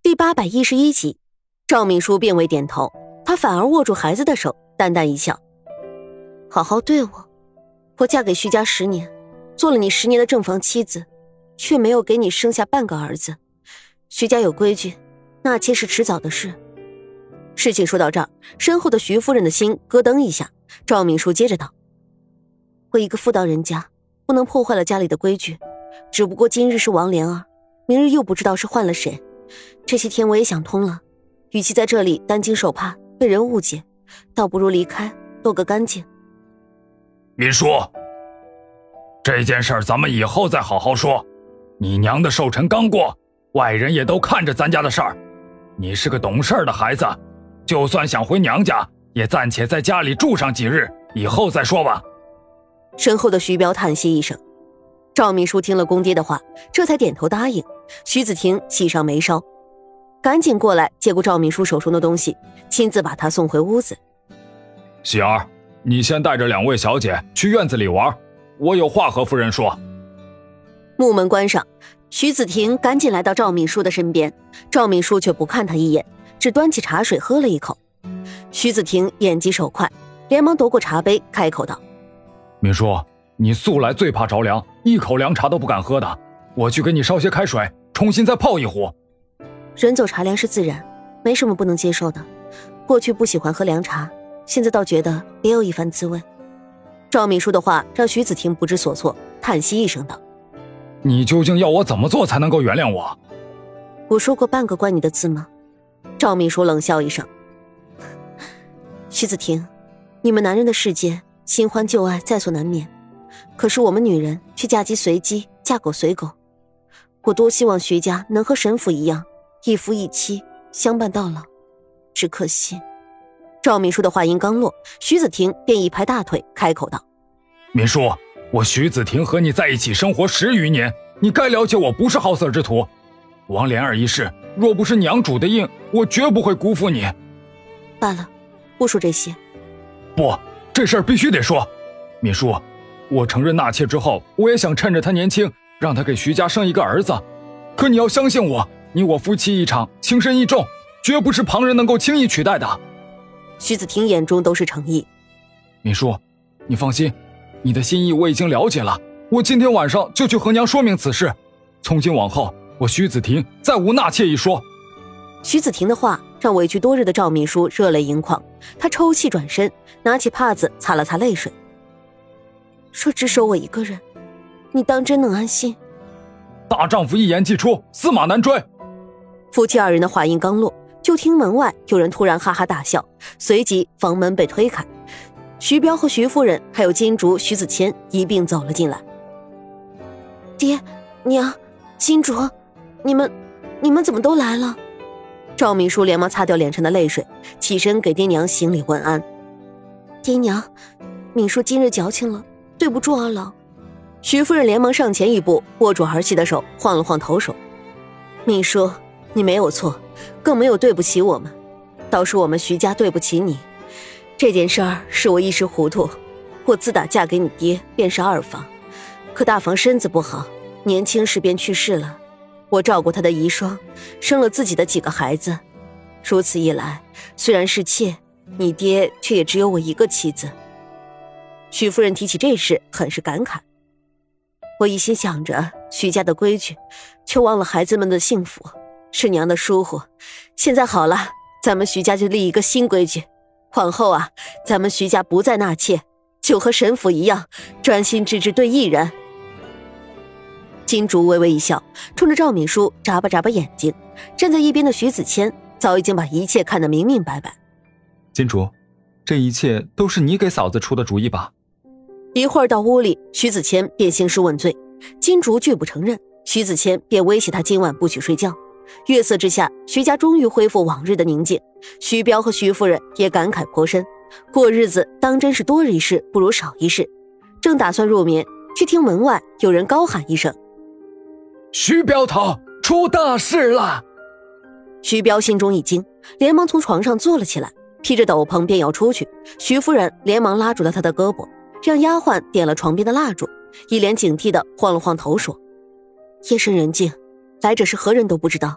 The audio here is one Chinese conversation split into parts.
第811集，赵秘书并未点头，他反而握住孩子的手，淡淡一笑：好好对我，我嫁给徐家10年，做了你10年的正房妻子，却没有给你生下半个儿子。徐家有规矩，纳妾是迟早的事。事情说到这儿，身后的徐夫人的心咯噔一下。赵秘书接着道：我一个妇道人家，不能破坏了家里的规矩，只不过今日是王莲儿，明日又不知道是换了谁。这些天我也想通了，与其在这里担惊受怕被人误解，倒不如离开落个干净。 秘书，这件事咱们以后再好好说。你娘的寿辰刚过，外人也都看着咱家的事儿。你是个懂事的孩子，就算想回娘家，也暂且在家里住上几日，以后再说吧。 身后的徐彪叹息一声。赵秘书听了公爹的话，这才点头答应。徐子婷喜上眉梢，赶紧过来接过赵秘书手中的东西，亲自把他送回屋子。 喜儿，你先带着2位小姐去院子里玩，我有话和夫人说。 木门关上，徐子婷赶紧来到赵秘书的身边，赵秘书却不看他一眼，只端起茶水喝了一口。徐子婷眼疾手快，连忙夺过茶杯，开口道： 秘书，你素来最怕着凉，一口凉茶都不敢喝的，我去给你烧些开水，重新再泡一壶。 人走茶凉是自然，没什么不能接受的。过去不喜欢喝凉茶，现在倒觉得别有一番滋味。赵秘书的话让徐子婷不知所措，叹息一声道： 你究竟要我怎么做才能够原谅我？ 我说过半个怪你的字吗？赵秘书冷笑一声：徐子婷，你们男人的世界新欢旧爱在所难免，可是我们女人却嫁鸡随鸡，嫁狗随狗。我多希望徐家能和沈府一样，一夫一妻，相伴到老，只可惜……赵秘书的话音刚落，徐子婷便一拍大腿，开口道： 秘书，我徐子婷和你在一起生活10余年，你该了解我不是好色之徒。王莲儿一事，若不是娘主的应，我绝不会辜负你。 罢了，不说这些。 不，这事儿必须得说。秘书，我承认纳妾之后，我也想趁着他年轻，让他给徐家生一个儿子。可你要相信我，你我夫妻一场，情深意重，绝不是旁人能够轻易取代的。 徐子婷眼中都是诚意。 秘书，你放心，你的心意我已经了解了，我今天晚上就去和娘说明此事。从今往后，我徐子婷再无纳妾一说。 徐子婷的话让委屈多日的赵秘书热泪盈眶，他抽泣转身，拿起帕子擦了擦泪水。若只守我一个人，你当真能安心？ 大丈夫一言既出，驷马难追。 夫妻2人的话音刚落，就听门外有人突然哈哈大笑，随即房门被推开，徐彪和徐夫人还有金竹、徐子谦一并走了进来。爹娘，金竹，你们怎么都来了？赵秘书连忙擦掉脸上的泪水，起身给爹娘行礼问安。爹娘，秘书今日矫情了，对不住二老。徐夫人连忙上前一步，握住儿媳的手，晃了晃头说：秘书，你没有错，更没有对不起我们，倒是我们徐家对不起你。这件事儿是我一时糊涂，我自打嫁给你爹便是2房，可大房身子不好，年轻时便去世了，我照顾他的遗孀，生了自己的几个孩子，如此一来，虽然是妾，你爹却也只有我一个妻子。徐夫人提起这事，很是感慨。我一心想着徐家的规矩，却忘了孩子们的幸福，是娘的疏忽。现在好了，咱们徐家就立一个新规矩，往后啊，咱们徐家不再纳妾，就和沈府一样，专心致志对艺人。金竹微微一笑，冲着赵秘书眨巴眨巴眼睛。站在一边的徐子谦早已经把一切看得明明白白。 金竹，这一切都是你给嫂子出的主意吧？ 一会儿到屋里，徐子谦便兴师问罪，金竹拒不承认，徐子谦便威胁他今晚不许睡觉。月色之下，徐家终于恢复往日的宁静。徐彪和徐夫人也感慨颇深，过日子当真是多一事不如少一事。正打算入眠，却听门外有人高喊一声： 徐彪头出大事了！ 徐彪心中一惊，连忙从床上坐了起来，披着斗篷便要出去。徐夫人连忙拉住了他的胳膊，让丫鬟点了床边的蜡烛，一脸警惕地晃了晃头说：夜深人静，来者是何人都不知道，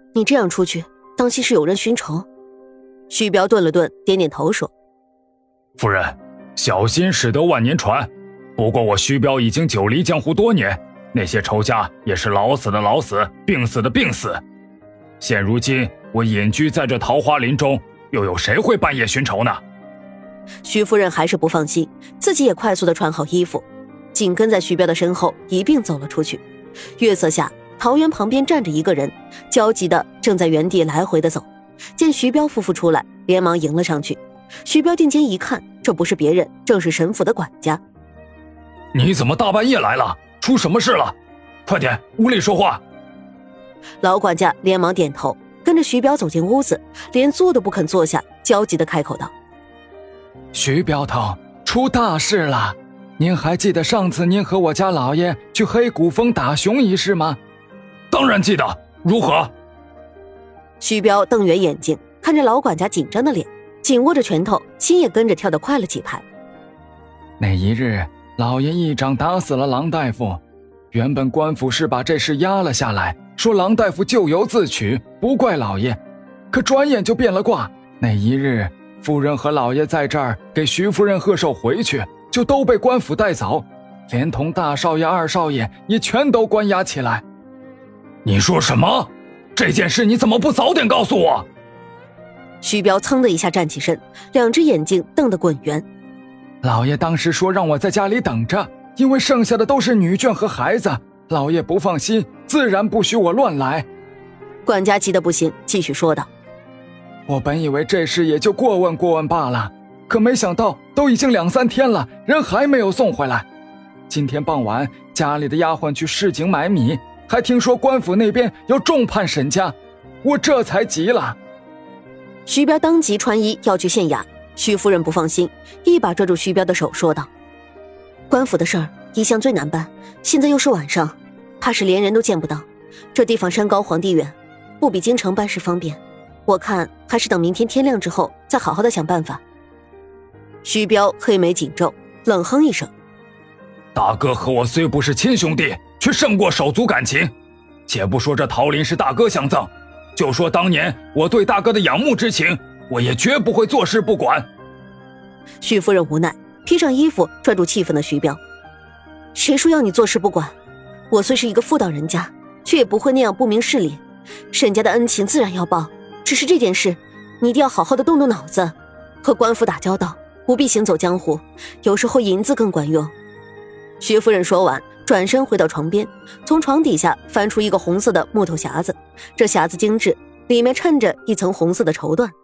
你这样出去，当心是有人寻仇。徐彪顿了顿，点点头说： 夫人，小心驶得万年船。不过我徐彪已经久离江湖多年，那些仇家也是老死的老死，病死的病死。现如今我隐居在这桃花林中，又有谁会半夜寻仇呢？ 徐夫人还是不放心，自己也快速地穿好衣服，紧跟在徐彪的身后一并走了出去。月色下，桃园旁边站着一个人，焦急地正在原地来回地走。见徐彪夫妇出来，连忙迎了上去。徐彪定睛一看，这不是别人，正是沈府的管家。 你怎么大半夜来了？出什么事了？快点，屋里说话。 老管家连忙点头，跟着徐彪走进屋子，连坐都不肯坐下，焦急地开口道： 徐镖头，出大事了！您还记得上次您和我家老爷去黑谷峰打熊一事吗？ 当然记得，如何？ 徐彪瞪圆眼睛，看着老管家紧张的脸，紧握着拳头，心也跟着跳得快了几拍。 那一日，老爷一掌打死了郎大夫，原本官府是把这事压了下来，说郎大夫咎由自取，不怪老爷。可转眼就变了卦，那一日，夫人和老爷在这儿给徐夫人贺寿回去，就都被官府带走，连同大少爷、二少爷也全都关押起来。 你说什么？这件事你怎么不早点告诉我？ 徐彪噌的一下站起身，两只眼睛瞪得滚圆。 老爷当时说让我在家里等着，因为剩下的都是女眷和孩子，老爷不放心，自然不许我乱来。 管家急得不行，继续说道： 我本以为这事也就过问过问罢了，可没想到都已经2、3天了，人还没有送回来。今天傍晚，家里的丫鬟去市井买米，还听说官府那边要重判沈家，我这才急了。 徐彪当即穿衣要去县衙，徐夫人不放心，一把抓住徐彪的手说道：官府的事儿一向最难办，现在又是晚上，怕是连人都见不到。这地方山高皇帝远，不比京城办事方便，我看还是等明天天亮之后再好好的想办法。徐彪黑眉紧皱，冷哼一声： 大哥和我虽不是亲兄弟，却胜过手足感情。且不说这桃林是大哥相赠，就说当年我对大哥的仰慕之情，我也绝不会坐视不管。 徐夫人无奈，披上衣服拽住气愤的徐彪：谁说要你坐视不管？我虽是一个妇道人家，却也不会那样不明事理。沈家的恩情自然要报，只是这件事你一定要好好的动动脑子。和官府打交道，不必行走江湖，有时候银子更管用。徐夫人说完，转身回到床边，从床底下翻出一个红色的木头匣子，这匣子精致，里面衬着一层红色的绸缎。